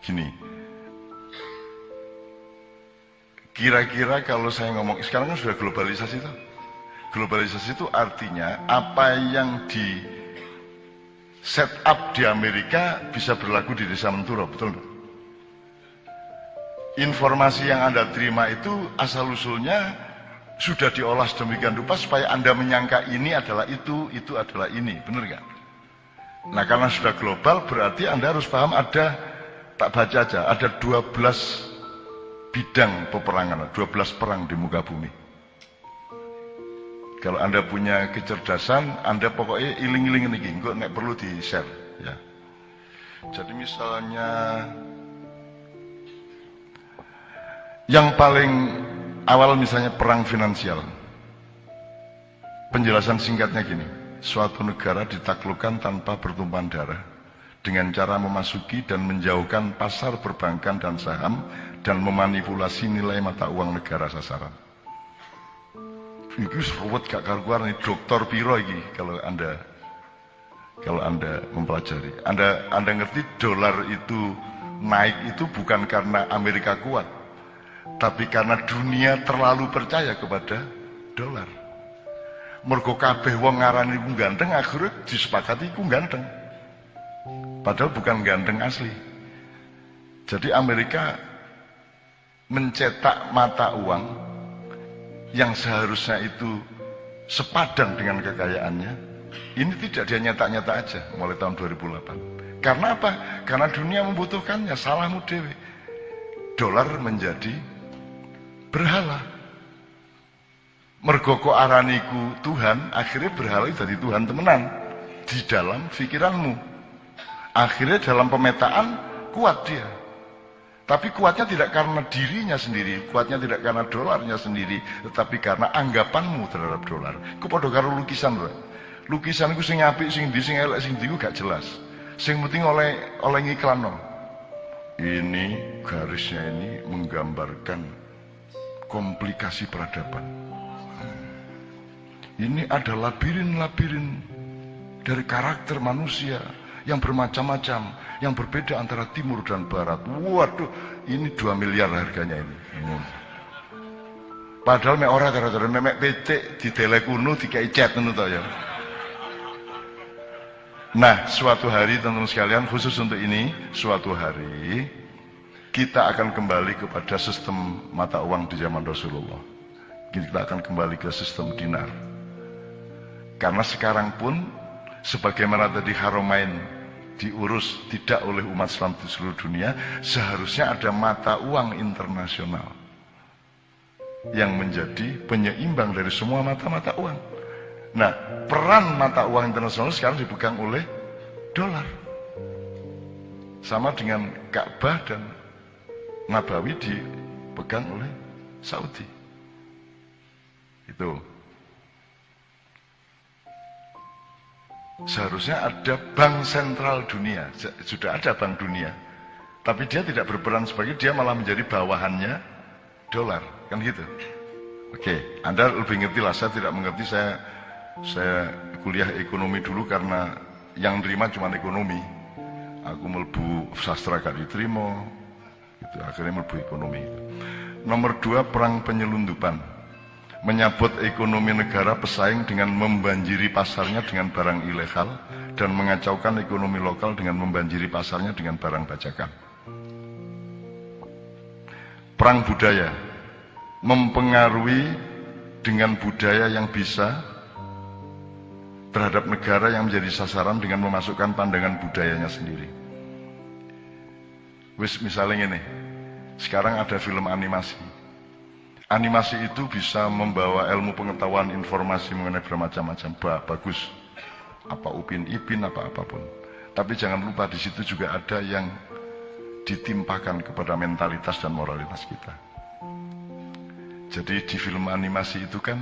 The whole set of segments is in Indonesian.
Gini, kira-kira kalau saya ngomong, sekarang kan sudah globalisasi itu. Globalisasi itu artinya apa yang di set up di Amerika bisa berlaku di Desa Menturo, betul nggak? Informasi yang Anda terima itu asal-usulnya sudah diolah sedemikian rupa supaya Anda menyangka ini adalah itu adalah ini, benar nggak? Nah, karena sudah global berarti Anda harus paham ada, tak baca aja, ada 12 bidang peperangan, 12 perang di muka bumi. Kalau Anda punya kecerdasan, Anda pokoknya iling-iling ini, kok nek perlu di-share ya. Jadi misalnya yang paling awal misalnya perang finansial. Penjelasan singkatnya gini, suatu negara ditaklukkan tanpa pertumpahan darah dengan cara memasuki dan menjauhkan pasar perbankan dan saham dan memanipulasi nilai mata uang negara sasaran. Ini ruwet gak karuan nih, dokter piro ini kalau anda mempelajari. Anda ngerti dolar itu naik itu bukan karena Amerika kuat, tapi karena dunia terlalu percaya kepada dolar. Mergo kabeh wong ngarani iku ganteng, akhirnya disepakati iku ganteng. Padahal bukan ganteng asli. Jadi Amerika mencetak mata uang yang seharusnya itu sepadan dengan kekayaannya. Ini tidak dia nyetak-nyetak aja mulai tahun 2008. Karena apa? Karena dunia membutuhkannya, salahmu dewe. Dolar menjadi berhala. Mergo kok araniku Tuhan, akhirnya berhala jadi Tuhan temenan di dalam pikiranmu. Akhirnya dalam pemetaan kuat dia. Tapi kuatnya tidak karena dirinya sendiri, kuatnya tidak karena dolarnya sendiri, tetapi karena anggapanmu terhadap dolar. Ku padha karo lukisan lho. Lukisan ku sing apik, sing ndi, sing elek, sing ndi ku gak jelas. Sing penting oleh ngiklanno. Ini garisnya ini menggambarkan komplikasi peradaban. Ini ada labirin-labirin dari karakter manusia yang bermacam-macam, yang berbeda antara timur dan barat. Waduh, ini 2 miliar harganya ini. Padahal mek ora cara-cara mek petik di telekuno dikai cat ngono to ya. Nah, suatu hari teman-teman sekalian, khusus untuk ini, suatu hari kita akan kembali kepada sistem mata uang di zaman Rasulullah. Kita akan kembali ke sistem dinar. Karena sekarang pun sebagaimana tadi Haramain diurus tidak oleh umat Islam di seluruh dunia, seharusnya ada mata uang internasional yang menjadi penyeimbang dari semua mata-mata uang. Nah, peran mata uang internasional sekarang dipegang oleh dolar. Sama dengan Ka'bah dan Nabawi dipegang oleh Saudi. Itu. Seharusnya ada bank sentral dunia, sudah ada bank dunia, tapi dia tidak berperan sebagai, dia malah menjadi bawahannya dolar, kan gitu. Oke, Anda lebih ngerti lah, saya tidak mengerti, saya kuliah ekonomi dulu karena yang terima cuma ekonomi. Aku mlebu sastra gak diterima, gitu, akhirnya mlebu ekonomi. Nomor 2, perang penyelundupan. Menyabot ekonomi negara pesaing dengan membanjiri pasarnya dengan barang ilegal dan mengacaukan ekonomi lokal dengan membanjiri pasarnya dengan barang bajakan. Perang budaya, mempengaruhi dengan budaya yang bisa terhadap negara yang menjadi sasaran dengan memasukkan pandangan budayanya sendiri. Misalnya ini, sekarang ada film animasi. Animasi itu bisa membawa ilmu pengetahuan, informasi mengenai bermacam-macam, bagus. Apa Upin Ipin, apa apapun. Tapi jangan lupa di situ juga ada yang ditimpakan kepada mentalitas dan moralitas kita. Jadi di film animasi itu kan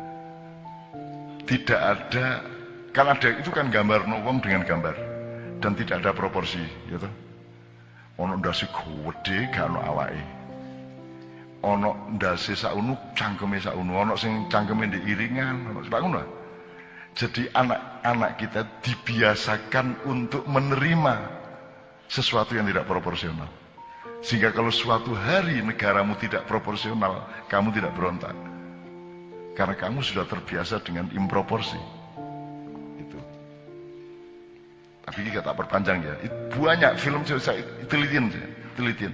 tidak ada, kan ada itu kan gambar wong dengan gambar dan tidak ada proporsi, gitu. Ono ndase gede gak ono awake. Ono ndase sakunu cangkeme sakunu, ono sing cangkeme diiringan, ono sebab ngono. Jadi anak-anak kita dibiasakan untuk menerima sesuatu yang tidak proporsional. Sehingga kalau suatu hari negaramu tidak proporsional, kamu tidak berontak. Karena kamu sudah terbiasa dengan improporsi. Itu. Tapi kita tak perpanjang ya. Banyak film saya telitian.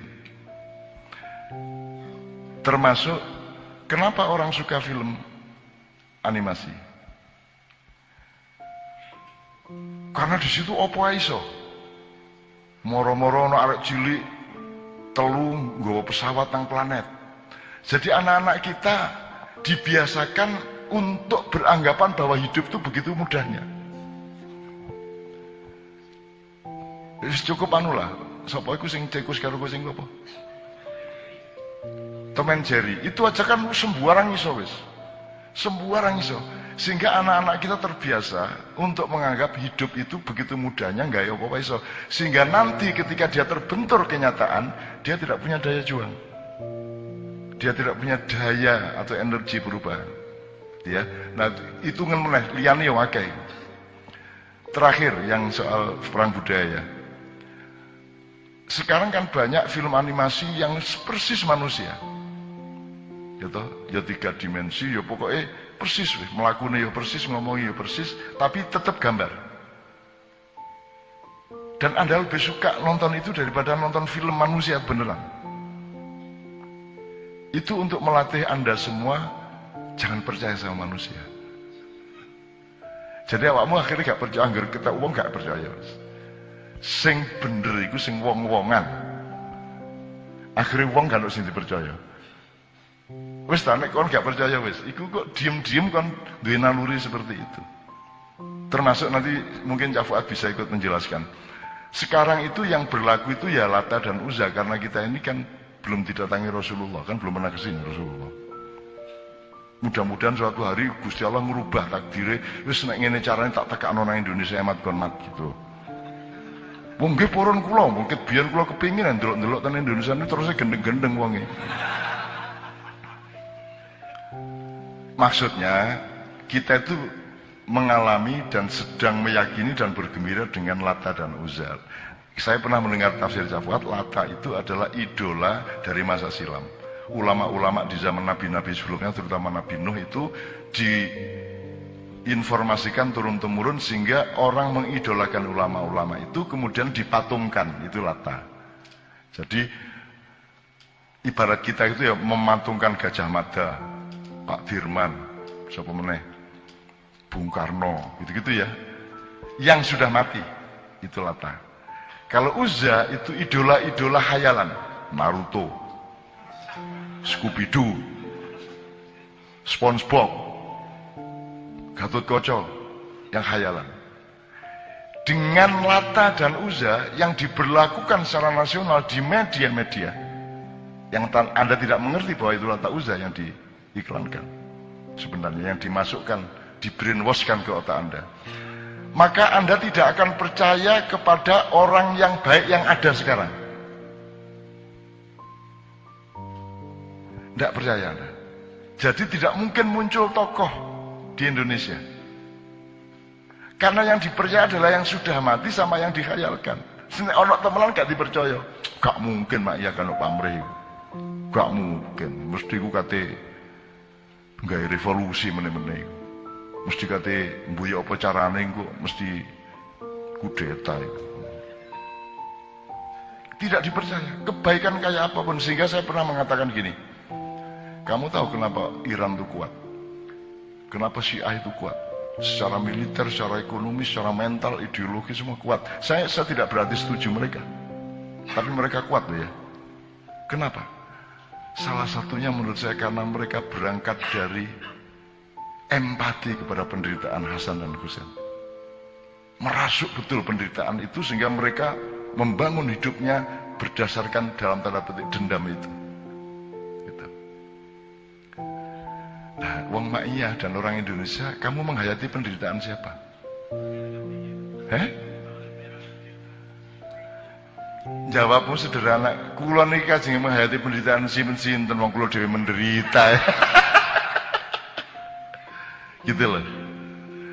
Termasuk kenapa orang suka film animasi? Karena di situ opo iso. Moro-moro ono arek cilik telu nggawa pesawat nang planet. Jadi anak-anak kita dibiasakan untuk beranggapan bahwa hidup itu begitu mudahnya. Wis cukup anu lah. Sapa iku sing cekus karo sing apa? Tom and Jerry. Itu aja kan sembarang iso wis. Sembarang iso. Sehingga anak-anak kita terbiasa untuk menganggap hidup itu begitu mudahnya, nggak ya apa-apa iso. Sehingga nanti ketika dia terbentur kenyataan, dia tidak punya daya juang. Dia tidak punya daya atau energi perubahan. Ya. Nah, itu meneh liyane yo akeh. Terakhir yang soal perang budaya. Sekarang kan banyak film animasi yang persis manusia. Gitu, ya 3 dimensi, ya pokoknya persis, melakukannya ya persis, ngomongnya ya persis, tapi tetap gambar. Dan Anda lebih suka nonton itu daripada nonton film manusia beneran. Itu untuk melatih Anda semua, jangan percaya sama manusia. Jadi awakmu akhirnya gak percaya, anggar kita uang gak percaya. Sing bener iku sing wong-wongan. Akhirnya wong gak sing dipercaya. Wis ta nek kon gak percaya wis, iku kok diem-diem kon duwe naluri seperti itu. Termasuk nanti mungkin Cak Fuad bisa ikut menjelaskan. Sekarang itu yang berlaku itu ya Lata dan Uzza, karena kita ini kan belum didatangi Rasulullah, kan belum pernah kesini Rasulullah. Mudah-mudahan suatu hari Gusti Allah merubah takdirnya, wis nek ngene carane tak tekakno nang Indonesia emat kon mat gitu. Wong nggih purun kula, mungkin biyen kula kepingin ndelok-ndelok ten Indonesia ini terus gendeng-gendeng wonge. Maksudnya kita itu mengalami dan sedang meyakini dan bergembira dengan Lata dan Uzza. Saya pernah mendengar tafsir Cak Fuad, Lata itu adalah idola dari masa silam. Ulama-ulama di zaman nabi-nabi sebelumnya, terutama Nabi Nuh itu diinformasikan turun-temurun sehingga orang mengidolakan ulama-ulama itu kemudian dipatungkan, itu Lata. Jadi ibarat kita itu ya mematungkan Gajah Mada, Pak Dirman, siapa meneh, Bung Karno, gitu-gitu ya. Yang sudah mati, itu Lata. Kalau Uzza itu idola-idola hayalan, Naruto, Scooby-Doo, SpongeBob, Gatot-Kaca, yang hayalan. Dengan Lata dan Uzza yang diberlakukan secara nasional di media-media, yang Anda tidak mengerti bahwa itu Lata Uzza yang diiklankan, sebenarnya yang dimasukkan, di brainwashkan ke otak Anda, maka Anda tidak akan percaya kepada orang yang baik yang ada sekarang. Tidak percaya Anda. Jadi tidak mungkin muncul tokoh di Indonesia, karena yang dipercaya adalah yang sudah mati sama yang dikhayalkan. Orang temenan gak dipercaya, gak mungkin mak iya kan pamrih, gak mungkin, mesti ku kate nggak revolusi meneh-meneh, mesti kate mbuya apa carane kok mesti kudeta itu. Tidak dipercaya, kebaikan kayak apapun. Sehingga saya pernah mengatakan gini, kamu tahu kenapa Iran itu kuat, kenapa Syiah itu kuat, secara militer, secara ekonomi, secara mental, ideologi semua kuat. Saya tidak berarti setuju mereka, tapi mereka kuat loh ya. Kenapa? Salah satunya menurut saya karena mereka berangkat dari empati kepada penderitaan Hasan dan Husain. Merasuk betul penderitaan itu sehingga mereka membangun hidupnya berdasarkan dalam tanda petik dendam itu. Gitu. Nah, wong Ma'iyah dan orang Indonesia, kamu menghayati penderitaan siapa? Jawabmu sederhana, kula niki kajeng menghayati penderitaan sinten wong kula dhewe menderita. Gitu loh.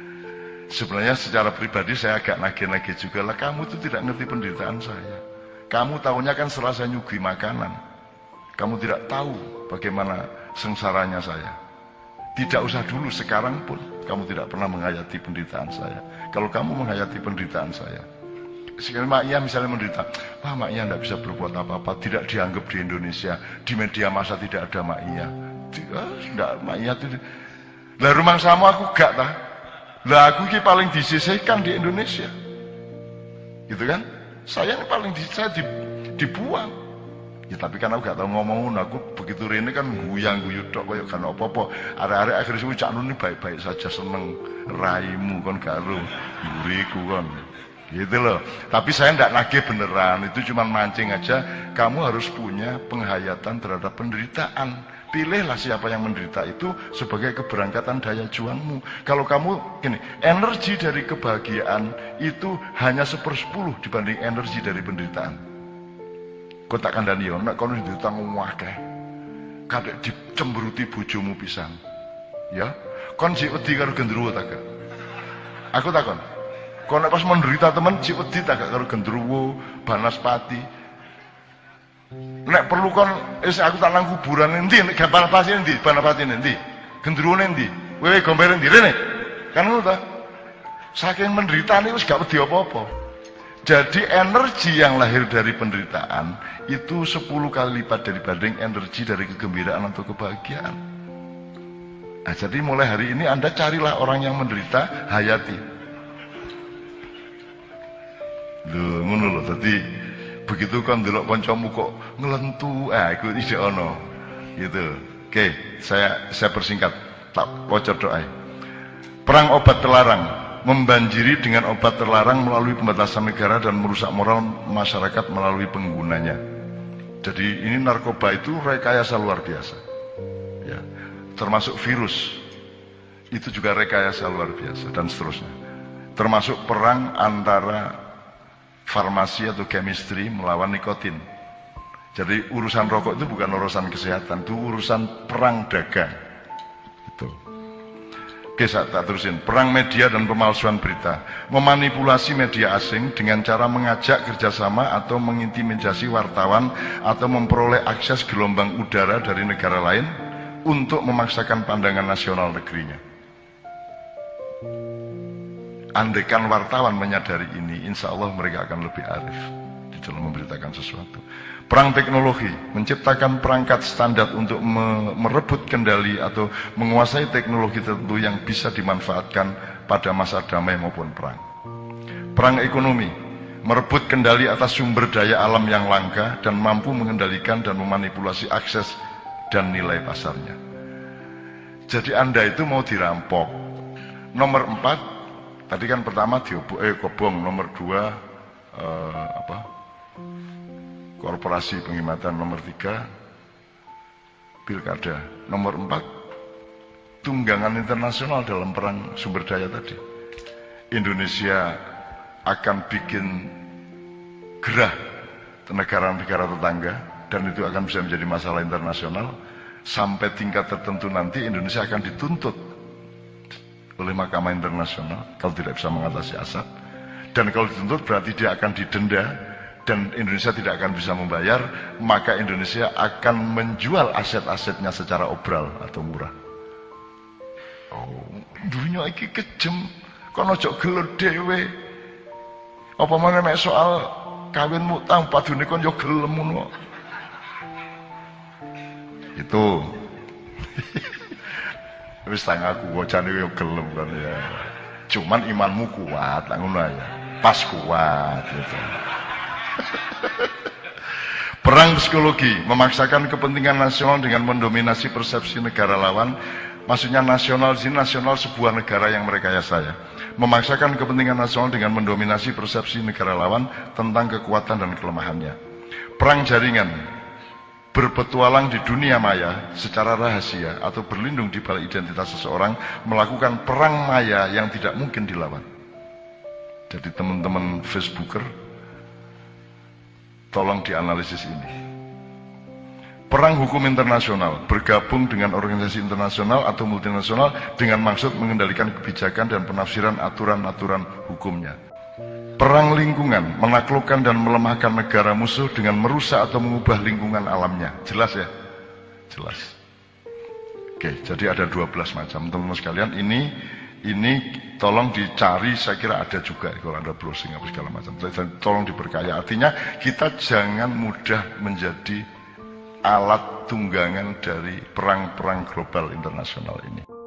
Sebenarnya secara pribadi saya agak nagih-nagih juga lah, kamu itu tidak ngerti penderitaan saya. Kamu tahunya kan setelah saya nyuguhi makanan. Kamu tidak tahu bagaimana sengsaranya saya. Tidak usah dulu, sekarang pun kamu tidak pernah menghayati penderitaan saya. Kalau kamu menghayati penderitaan saya, sekali Mak Iya misalnya menderita, wah Mak Iya tidak bisa berbuat apa-apa, tidak dianggap di Indonesia, di media massa tidak ada Mak Iya. Tidak, Mak Iya itu. Lah rumah sama aku gak tah. Lah aku ini paling disisihkan di Indonesia. Gitu kan? Saya ini paling dibuang. Ya tapi kan aku gak tahu ngomong, aku begitu rene kan guyang-guyu tok koyo kan apa-apa. Arek-arek akhir suwi Cak Nun baik-baik saja, seneng raimu kon karo mburiku kon. Gitu loh. Tapi saya ndak nagih beneran, itu cuma mancing aja. Kamu harus punya penghayatan terhadap penderitaan. Pilihlah siapa yang menderita itu sebagai keberangkatan daya juangmu. Kalau kamu gini, energi dari kebahagiaan itu hanya 1/10 dibanding energi dari penderitaan. Kau tak kandani yo, nek kono ditang akeh. Kadek dicemberuti bojomu pisan. Ya, kon sik wedi karo gendruwo ta gak? Aku takon. Kon nek pas menderita temen sik wedi ta gak karo gendruwo, banaspati? Nek perlu kon aku tak nang kuburan endi, nek banaspati endi, banaspati endi? Gendruwo endi? Wewe gombere endi rene? Kan ngono ta? Saking menderitane wis gak wedi apa-apa. Jadi energi yang lahir dari penderitaan itu 10 kali lipat dibanding energi dari kegembiraan atau kebahagiaan. Nah, jadi mulai hari ini Anda carilah orang yang menderita, hayati. Loh, ngono lho. Jadi begitu kan delok kancamu kok ngelentu, iku isih ono. Gitu. Oke, saya persingkat. Tak waca doa. Perang obat terlarang. Membanjiri dengan obat terlarang melalui pembatasan negara dan merusak moral masyarakat melalui penggunanya. Jadi ini narkoba itu rekayasa luar biasa. Ya, termasuk virus itu juga rekayasa luar biasa dan seterusnya. Termasuk perang antara farmasi atau chemistry melawan nikotin. Jadi urusan rokok itu bukan urusan kesehatan, itu urusan perang dagang. Itu. Oke, saya tak terusin. Perang media dan pemalsuan berita. Memanipulasi media asing dengan cara mengajak kerjasama atau mengintimidasi wartawan atau memperoleh akses gelombang udara dari negara lain untuk memaksakan pandangan nasional negerinya. Andaikan wartawan menyadari ini, insya Allah mereka akan lebih arif di dalam memberitakan sesuatu. Perang teknologi, menciptakan perangkat standar untuk merebut kendali atau menguasai teknologi tertentu yang bisa dimanfaatkan pada masa damai maupun perang. Perang ekonomi, merebut kendali atas sumber daya alam yang langka dan mampu mengendalikan dan memanipulasi akses dan nilai pasarnya. Jadi Anda itu mau dirampok. Nomor 4, tadi kan pertama kobong, nomor 2 korporasi penghematan, nomor 3 pilkada, nomor 4 tunggangan internasional dalam perang sumber daya tadi. Indonesia akan bikin gerah negara-negara tetangga dan itu akan bisa menjadi masalah internasional. Sampai tingkat tertentu nanti Indonesia akan dituntut oleh Mahkamah Internasional kalau tidak bisa mengatasi Assad, dan kalau dituntut berarti dia akan didenda dan Indonesia tidak akan bisa membayar, maka Indonesia akan menjual aset-asetnya secara obral atau murah. Oh, dunia iki kejem, kono ojo gelo dhewe. Apa meneh mek soal kawin mutang padune kon yo gelem ngono. Itu. Wis tang aku wocane yo gelem kan ya. Cuman imanmu kuat, lah ngono ya. Pas kuat gitu. Perang psikologi, memaksakan kepentingan nasional dengan mendominasi persepsi negara lawan. Maksudnya nasional sini, nasional sebuah negara yang merekayasa ya. Memaksakan kepentingan nasional dengan mendominasi persepsi negara lawan tentang kekuatan dan kelemahannya. Perang jaringan, berpetualang di dunia maya secara rahasia atau berlindung di balik identitas seseorang, melakukan perang maya yang tidak mungkin dilawan. Jadi teman-teman Facebooker, tolong dianalisis ini. Perang hukum internasional, bergabung dengan organisasi internasional atau multinasional dengan maksud mengendalikan kebijakan dan penafsiran aturan-aturan hukumnya. Perang lingkungan, menaklukkan dan melemahkan negara musuh dengan merusak atau mengubah lingkungan alamnya. Jelas ya? Jelas. Oke, jadi ada 12 macam. Teman-teman sekalian, ini tolong dicari, saya kira ada juga kalau ada browsing apa segala macam. Tolong diperkaya. Artinya kita jangan mudah menjadi alat tunggangan dari perang-perang global internasional ini.